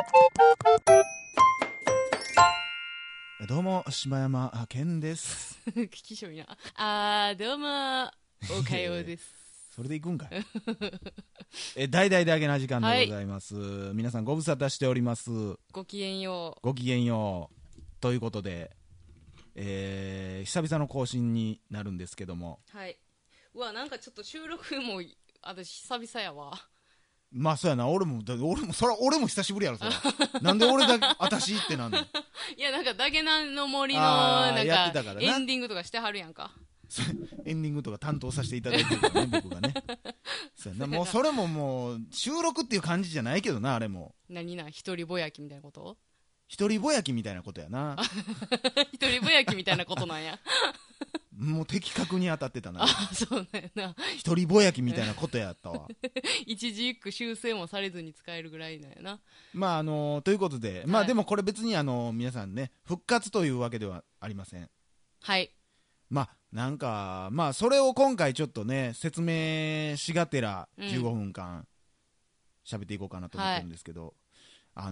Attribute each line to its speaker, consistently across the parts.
Speaker 1: どうも柴山健です
Speaker 2: 聞きしょいな。どうもおかようです
Speaker 1: それでいくんかい大々だけな時間でございます、はい、皆さんご無沙汰しております。
Speaker 2: ごきげんよう。
Speaker 1: ごきげんようということで、久々の更新になるんですけども、
Speaker 2: はい。うわ、なんかちょっと収録も私久々やわ。
Speaker 1: まあそうやな、俺も久しぶりやろそれなんで俺だけ私ってなんのい
Speaker 2: や、なんかダゲナの森のなんかエンディングとかしてはるやんか。
Speaker 1: エンディングとか担当させていただいてるからね僕がねそうやな、もうそれももう収録っていう感じじゃないけどな、あれも
Speaker 2: 何な、一人ぼやきみたいなこと？
Speaker 1: 一人ぼやきみたいなことやな
Speaker 2: 一人ぼやきみたいなことなんや
Speaker 1: もう的確に当たってたな。
Speaker 2: そうなんやな。
Speaker 1: 一人ぼやきみたいなことやったわ
Speaker 2: 一字一句修正もされずに使えるぐらいなんやな。
Speaker 1: まあということで、まあでもこれ別に皆さんね復活というわけではありません。
Speaker 2: はい。
Speaker 1: まあなんかまあそれを今回ちょっとね説明しがてら15分間喋っていこうかなと思ってるんですけど、はい、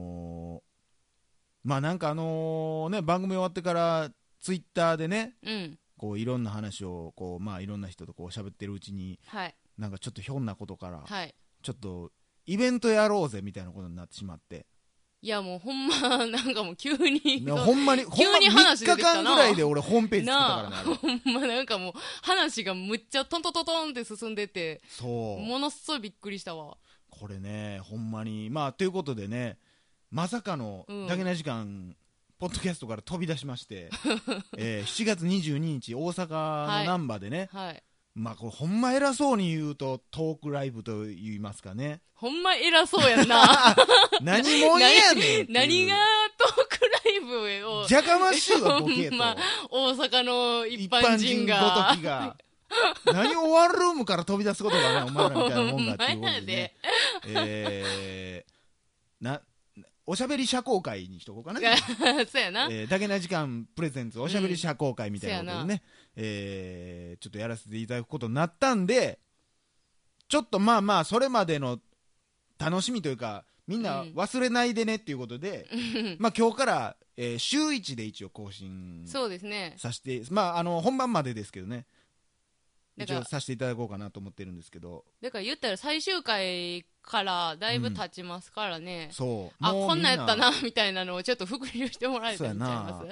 Speaker 1: まあなんかね番組終わってからツイッターでね、こういろんな話をこうまあいろんな人とこう喋ってるうちに、
Speaker 2: はい、
Speaker 1: なんかちょっとひょんなことから、
Speaker 2: はい、
Speaker 1: ちょっとイベントやろうぜみたいなことになってしまって、
Speaker 2: いやもうほんまなんかもう急に
Speaker 1: ほんまに
Speaker 2: 話
Speaker 1: 3日間ぐらいで俺ホームページ作ったからね
Speaker 2: ほんまなんかもう話がむっちゃトントントントンって進んでて、
Speaker 1: そう
Speaker 2: ものすごいびっくりしたわ
Speaker 1: これね。ほんまにまあということでね、まさかのだけな時間、ポッドキャストから飛び出しまして7月22日大阪の難波でね、
Speaker 2: はいはい、
Speaker 1: まあこれほんま偉そうに言うとトークライブと言いますかね、
Speaker 2: ほんま偉そうやんな
Speaker 1: 何もんやねん
Speaker 2: 何がトークライブを
Speaker 1: じゃかましいわボケと、
Speaker 2: 大阪の一般人が
Speaker 1: ごときが何をワンルームから飛び出すことがねお前らみたいなもんがっていうことでねおしゃべり社交会にしとこうかな
Speaker 2: そうやな、
Speaker 1: だけな時間プレゼンツおしゃべり社交会みたいなことでね、ちょっとやらせていただくことになったんで、ちょっとまあまあそれまでの楽しみというかみんな忘れないでねっていうことで、まあ今日から、週1で一応更新
Speaker 2: そうですね
Speaker 1: させて、まあ本番までですけどね一応させていただこうかなと思ってるんですけど、
Speaker 2: だから言ったら最終回からだいぶ経ちますからね、
Speaker 1: そう
Speaker 2: こんなんやったなみたいなのをちょっと復習してもらえたんちゃいます？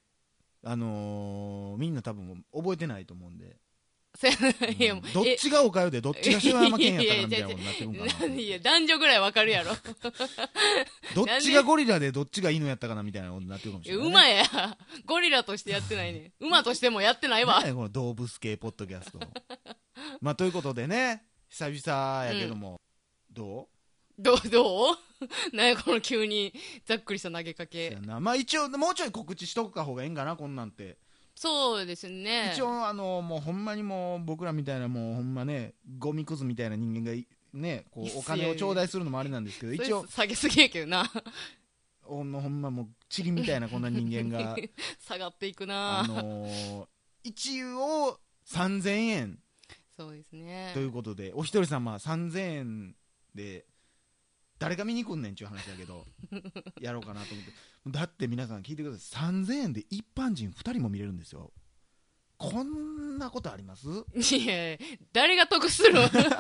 Speaker 1: みんな多分覚えてないと思うんでどっちがおかよでどっちが柴山健やったかなみたいなことになってるんかな。
Speaker 2: いや男女ぐらいわかるやろ
Speaker 1: どっちがゴリラでどっちが犬やったかなみたいなことになってるかもしれない、ね、
Speaker 2: 馬やゴリラとしてやってないね馬としてもやってないわ
Speaker 1: この動物系ポッドキャストまあということでね久々やけども、どうなんやこの急にざっくりした投げかけ。まあ一応もうちょい告知しとくか方がいいんかなこんなんて。
Speaker 2: そうですね、
Speaker 1: 一応もうほんまにもう僕らみたいなもうほんまねゴミクズみたいな人間がねこうお金を頂戴するのもあれなんですけど、一応
Speaker 2: 下げすぎやけどな
Speaker 1: ほんまもうチリみたいなこんな人間が
Speaker 2: 下がっていくな、
Speaker 1: 一応3000円
Speaker 2: そうですね
Speaker 1: ということでお一人様3000円で誰が見に来んねんちゅう話だけどやろうかなと思って。だって皆さん聞いてください、3000円で一般人2人も見れるんですよ。こんなことあります？
Speaker 2: いや誰が得する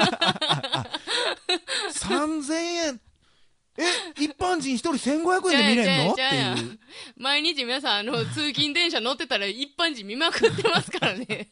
Speaker 1: 3000円一般人1人1500円で見れんのっていう。
Speaker 2: 毎日皆さん通勤電車乗ってたら一般人見まくってますからね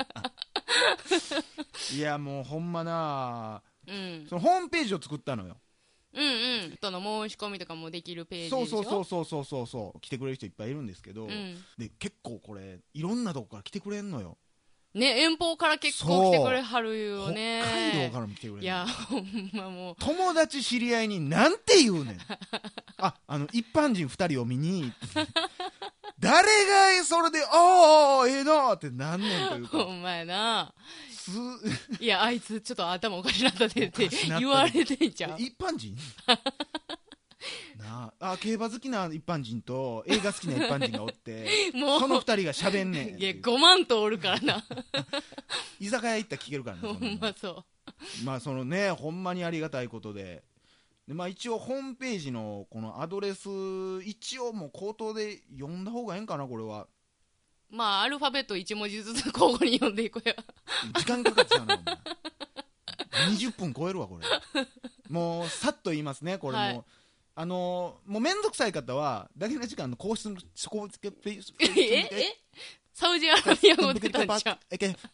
Speaker 1: いやもうほんまな、そのホームページを作ったのよ。
Speaker 2: その申し込みとかもできるページでしょ。
Speaker 1: そう来てくれる人いっぱいいるんですけど、で結構これいろんなとこから来てくれんのよ
Speaker 2: ね。遠方から結構来てくれはるよね。
Speaker 1: 北海道からも来てくれる。
Speaker 2: いやほんまもう
Speaker 1: 友達知り合いになんて言うねん一般人2人を見に誰がそれでええなってなんねんというか
Speaker 2: ほんまやな。いやあいつちょっと頭おかしなったでって言われてんちゃう。
Speaker 1: 一般人な競馬好きな一般人と映画好きな一般人がおってもうその2人がしゃべんねん。
Speaker 2: いや5万とおるからな
Speaker 1: 居酒屋行ったら聞けるからね
Speaker 2: ほんまそう。
Speaker 1: まあそのねほんまにありがたいことでで、まあ、一応ホームページのこのアドレス一応もう口頭で読んだ方がええんかなこれは。
Speaker 2: まあアルファベット1文字ずつ交互に読んでいこうや。
Speaker 1: 時間かかっちゃうなお前20分超えるわこれ。もうさっと言いますねこれも、はい、もうめんどくさい方はだけの時間の皇室のそこをつけ
Speaker 2: サウジアラビア語でたんちゃう。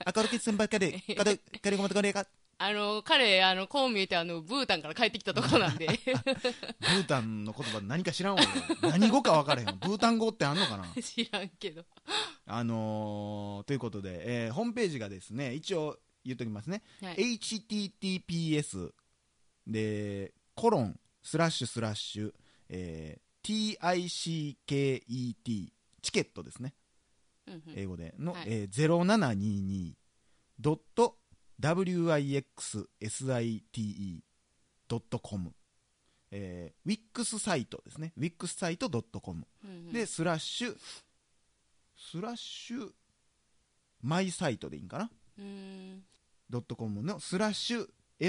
Speaker 2: 彼こう見えてブータンから帰ってきたとこなんでブ
Speaker 1: ータンの言葉何か知らんわ何語か分からへん。ブータン語ってあんのかな
Speaker 2: 知らんけど
Speaker 1: ということで、ホームページがですね一応言っときますね、はい、https でコロンスラッシュスラッシュ、ticket チケットですね、うんうん、英語での、はい、0722.wixsite.com、Wix サイトですね Wix サイト .com、うんうん、でスラッシュマイサイトでいいんかな、.com のスラッシュ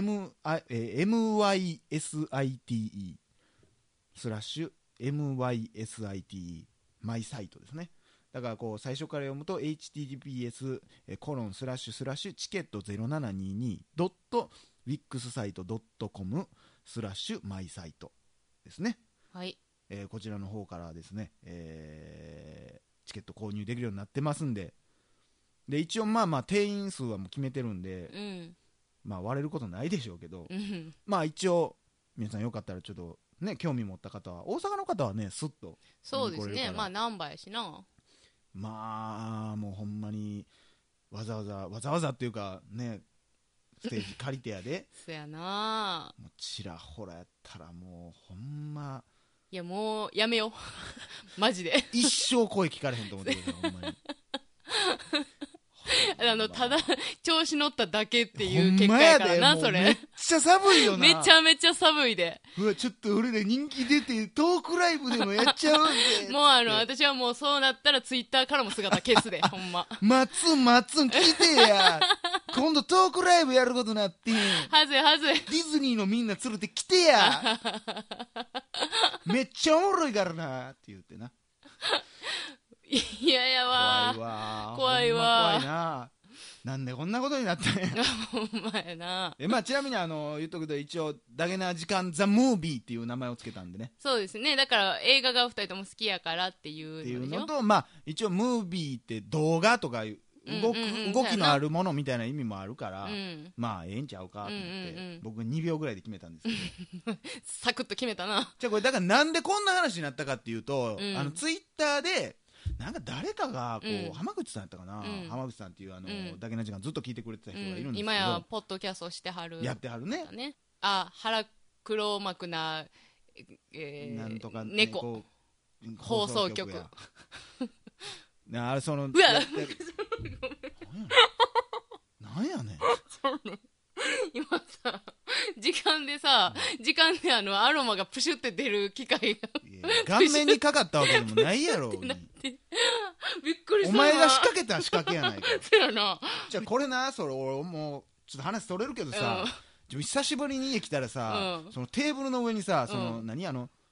Speaker 1: MYSITE スラッシュ MYSITE マイサイトですね。だからこう最初から読むと https コロンスラッシュスラッシュチケット 0722.wixsite.com スラッシュマイサイトですね。
Speaker 2: はい、
Speaker 1: こちらの方からですね、チケット購入できるようになってますんで、で一応まあ定員数はもう決めてるんで、うん、まあ割れることないでしょうけど、うん、まあ一応皆さんよかったらちょっとね興味持った方は大阪の方はねスッと
Speaker 2: そうですね、まあ難波やしな、
Speaker 1: まあもうほんまにわざわざっていうかねステージ借りてやで
Speaker 2: そやな、
Speaker 1: もうちらほらやったらもうほんま
Speaker 2: いやもうやめようマジで
Speaker 1: 一生声聞かれへんと思ってるほんまに
Speaker 2: ただ調子乗っただけっていう結果やからな、それ
Speaker 1: めっちゃ寒いよな
Speaker 2: めちゃめちゃ寒いで、
Speaker 1: うわちょっと俺ら人気出てトークライブでもやっちゃうんで
Speaker 2: もう私はもうそうなったらツイッターからも姿消すでほんま
Speaker 1: マッツン聞いてや今度トークライブやることになって
Speaker 2: はずいデ
Speaker 1: ィズニーのみんな連れてきてやめっちゃおもろいからなって言ってな、
Speaker 2: いややわ怖いわ
Speaker 1: 怖いな、なんでこんなことになったんや
Speaker 2: ほんまやな。
Speaker 1: まあ、ちなみに言っとくと一応ダゲな時間ザ・ムービーっていう名前をつけたんでね。
Speaker 2: そうですね、だから映画が2人とも好きやからっていう
Speaker 1: のと、まあ一応ムービーって動画とか動きのあるものみたいな意味もあるから、うん、まあええんちゃうかと思って、僕2秒ぐらいで決めたんですけど
Speaker 2: サクッと決めたな。
Speaker 1: じゃあこれだからなんでこんな話になったかっていうと、ツイッターでなんか誰かがこう、浜口さんやったかな、浜口さんっていうだけの時間ずっと聞いてくれてた人がいるんですけど、
Speaker 2: 今やポッドキャストしてはる
Speaker 1: やってはるね。
Speaker 2: 腹黒幕な、
Speaker 1: なんとか
Speaker 2: 猫放送局
Speaker 1: あれその
Speaker 2: うわ
Speaker 1: なんやねん
Speaker 2: 今さ時間でアロマがプシュって出る機械が
Speaker 1: 顔面にかかったわけでもないやろびっ
Speaker 2: くりした。
Speaker 1: お前が仕掛けた仕掛けやないか
Speaker 2: そうやな。
Speaker 1: じゃあこれな、それ俺もうちょっと話取れるけどさ、久しぶりに家来たらさ、そのテーブルの上にさ、その何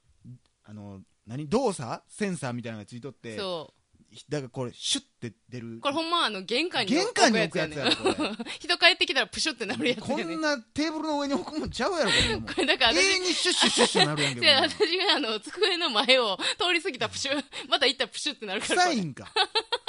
Speaker 1: 動作センサーみたいなのがついとって、
Speaker 2: そう
Speaker 1: だからこれシュッて出る、
Speaker 2: これほんま玄関に置くやつやね人帰ってきたらプシュってなるやつやね
Speaker 1: こんなテーブルの上に置くもんちゃうやろ
Speaker 2: これだから
Speaker 1: 永遠にシュッシュシュッシュなるやんけ
Speaker 2: 私が机の前を通り過ぎたらプシュまた行ったらプシュってなるから
Speaker 1: 臭いんか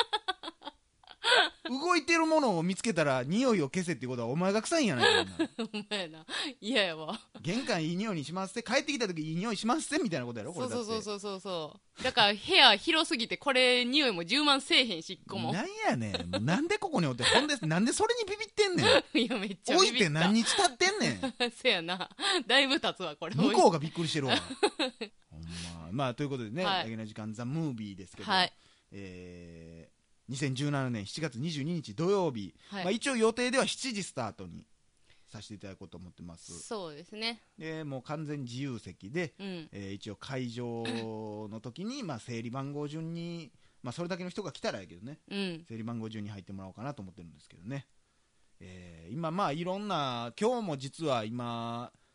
Speaker 1: 動いてるものを見つけたら匂いを消せっていうことはお前が臭いんやないか
Speaker 2: お前な嫌やわ
Speaker 1: 玄関いい匂いにしますって帰ってきた時いい匂いしますってみたいなことやろこれだって
Speaker 2: そうだから部屋広すぎてこれ匂いも充満せえへんし1個も
Speaker 1: なんやねんもうなんでここにおってほんでなんでそれにビビってんね
Speaker 2: んいやめっちゃビビった
Speaker 1: 置いて何日経ってんねん
Speaker 2: せやなだいぶ経つわこれ
Speaker 1: 向こうがびっくりしてるわほんまあということでね、だけな時間ザ・ムービーですけど、2017年7月22日土曜日、一応予定では7時スタートにさせていただこうと思ってます。
Speaker 2: そうですね。
Speaker 1: でもう完全自由席で、一応会場の時に、整理番号順に、それだけの人が来たらやけどね、整理番号順に入ってもらおうかなと思ってるんですけどね、今いろんな今日も実は今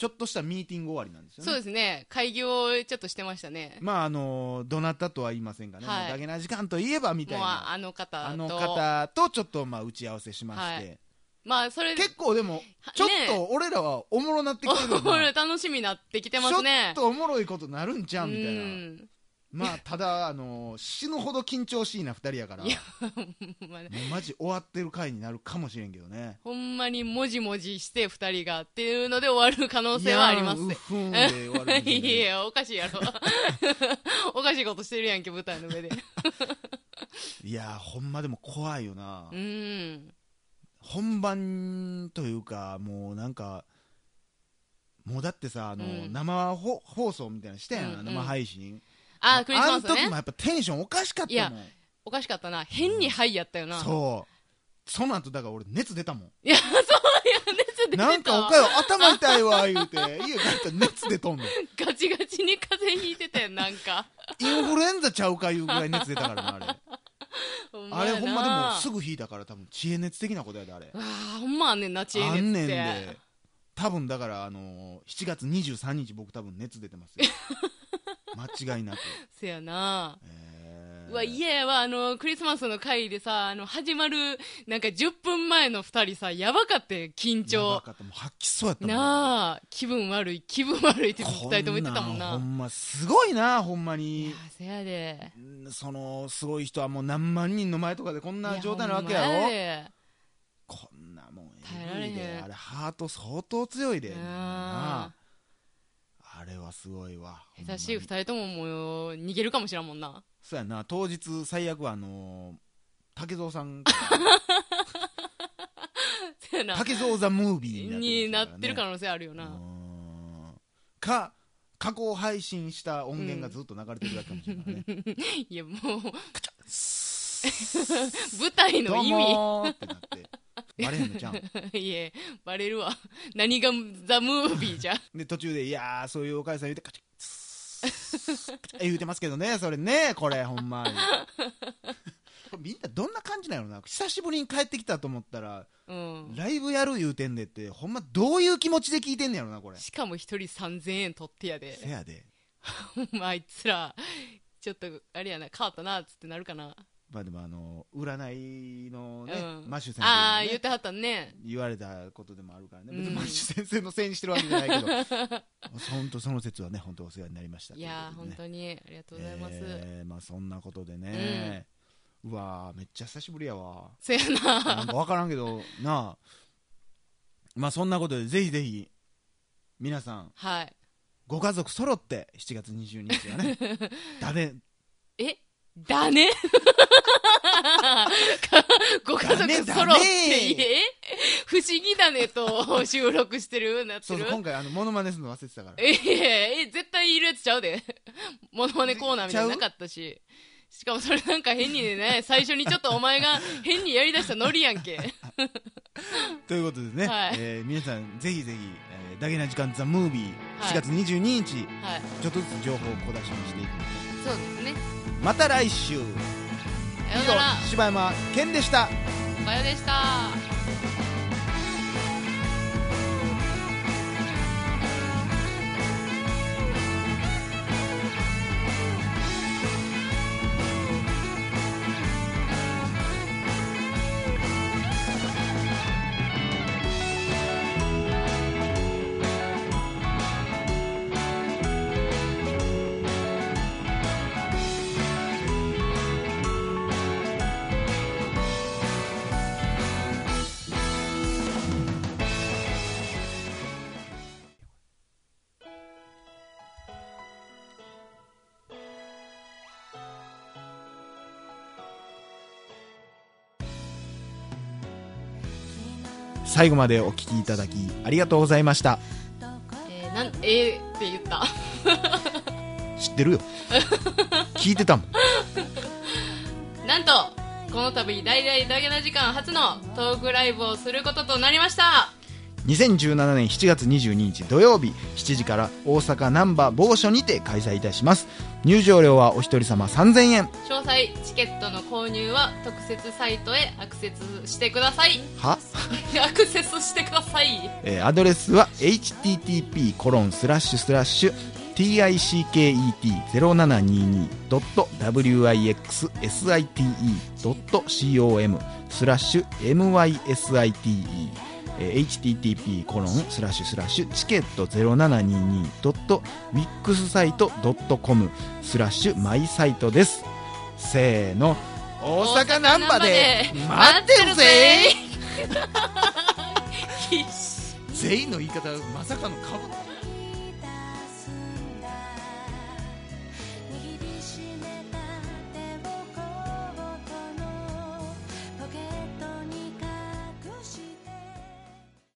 Speaker 1: ちょっとしたミーティング終わりなんですよね。
Speaker 2: そうですね、会議をちょっとしてましたね。
Speaker 1: まあどなたとは言いませんがね、
Speaker 2: はい、
Speaker 1: もうだけな時間といえばみたいな、
Speaker 2: もうあの
Speaker 1: 方とちょっとまあ打ち合わせしまして、
Speaker 2: はい、まあそれ
Speaker 1: 結構でもちょっと俺らはおもろなってきてるよな、
Speaker 2: ね、楽しみになってきてますね。
Speaker 1: ちょっとおもろいことなるんちゃうみたいな。まあただ死ぬほど緊張しいな2人やから、いやもうマジ終わってる回になるかもしれんけどね。
Speaker 2: ほんまにもじもじして2人がっていうので終わる可能性はあります。
Speaker 1: いやふんで終わるんで、ね、
Speaker 2: いやおかしいやろおかしいことしてるやんけ舞台の上で
Speaker 1: いやほんまでも怖いよな。
Speaker 2: 本
Speaker 1: 番というかもうなんかもうだってさ生放送みたいなのしたやん、生配信。
Speaker 2: クリスマスね。
Speaker 1: あの時もやっぱテンションおかしかったもん。いや
Speaker 2: おかしかったな、変にハイやったよな。
Speaker 1: その後だから俺熱出たもん。
Speaker 2: いやそうや、熱出てた。
Speaker 1: なんかおかよ頭痛いわ言うて家帰ったら熱出とんの
Speaker 2: ガチガチに風邪ひいてたよ。なんか
Speaker 1: インフルエンザちゃうかいうぐらい熱出たからなあれあれほんまでもすぐ引いたから多分知恵熱的なことやであれ。
Speaker 2: ほんまあんねんな知恵熱って。あんねんで
Speaker 1: 多分だから7月23日僕多分熱出てますよ間違いなく。
Speaker 2: せやな。うわ嫌やわ。クリスマスの会でさ始まるなんか10分前の2人さやばかったよ緊張。
Speaker 1: やばかった、もう吐きそうやったもん
Speaker 2: なあ。気分悪いって2人とも言ってたもんな。
Speaker 1: ほんますごいなほんまに。
Speaker 2: いやせやで、
Speaker 1: すごい人はもう何万人の前とかでこんな状態なわけやろ。こんなもん
Speaker 2: 耐えられへん。
Speaker 1: あれハート相当強いであれはすごいわ。
Speaker 2: 下手しい2人とももう逃げるかもしらんもんな。
Speaker 1: そうやな。当日最悪は竹蔵さん竹蔵ザムービー
Speaker 2: になってる可能性あるよな。
Speaker 1: か過去配信した音源がずっと流れてるだけかもしれないね
Speaker 2: いやもう舞台の意味
Speaker 1: どうもってなってバレへんのちゃん
Speaker 2: いえバレるわ。何がザムービーじゃ
Speaker 1: で途中でいやそういうお母さん言うてカチッ言うてますけどねそれねこれほんまにみんなどんな感じなのな。久しぶりに帰ってきたと思ったら、ライブやる言うてんでってほんまどういう気持ちで聞いてんねやろなこれ。
Speaker 2: しかも1人3000円取ってやで。
Speaker 1: せやで
Speaker 2: ほんまあいつらちょっとあれやな変わったなっつってなるかな。
Speaker 1: まあでも占いのね、マッシュ先
Speaker 2: 生、言ってはったね。
Speaker 1: 言われたことでもあるからね、別にマッシュ先生のせいにしてるわけじゃないけど本当その説はね本当お世話になりました。
Speaker 2: いや本当にありがとうございます。
Speaker 1: まあそんなことでね、うわめっちゃ久しぶりやわ。
Speaker 2: せやな。
Speaker 1: なんか分からんけどなあ。まあそんなことでぜひぜひ皆さん、ご家族揃って7月22日はねだね
Speaker 2: だねご家族揃って不思議だねと収録してるなってる。
Speaker 1: そう今回モノマネするの忘れてたから
Speaker 2: 絶対いるやつちゃうでモノマネコーナーみたいなのなかったし。しかもそれなんか変にね最初にちょっとお前が変にやりだしたノリやんけ
Speaker 1: ということでね、皆さんぜひぜひダゲな時間ザムービー7月22日、ちょっとずつ情報を小出しにしていくので、
Speaker 2: そうですね。
Speaker 1: また来週。以上柴山健でした。
Speaker 2: おかよでした。
Speaker 1: 最後までお聞きいただきありがとうございました。
Speaker 2: って言った
Speaker 1: 知ってるよ聞いてたもん
Speaker 2: なんとこの度大々だけな時間初のトークライブをすることとなりました。
Speaker 1: 2017年7月22日土曜日7時から大阪難波某所にて開催いたします。入場料はお一人様3000円。
Speaker 2: 詳細チケットの購入は特設サイトへアクセスしてください。
Speaker 1: は
Speaker 2: アクセスしてください。
Speaker 1: アドレスは http://ticket0722.wixsite.com/mysite http:// チケット 0722.wixsite.com/マイサイトです。せーの、大阪難波で待ってるぜ全員の言い方まさかのかぶった。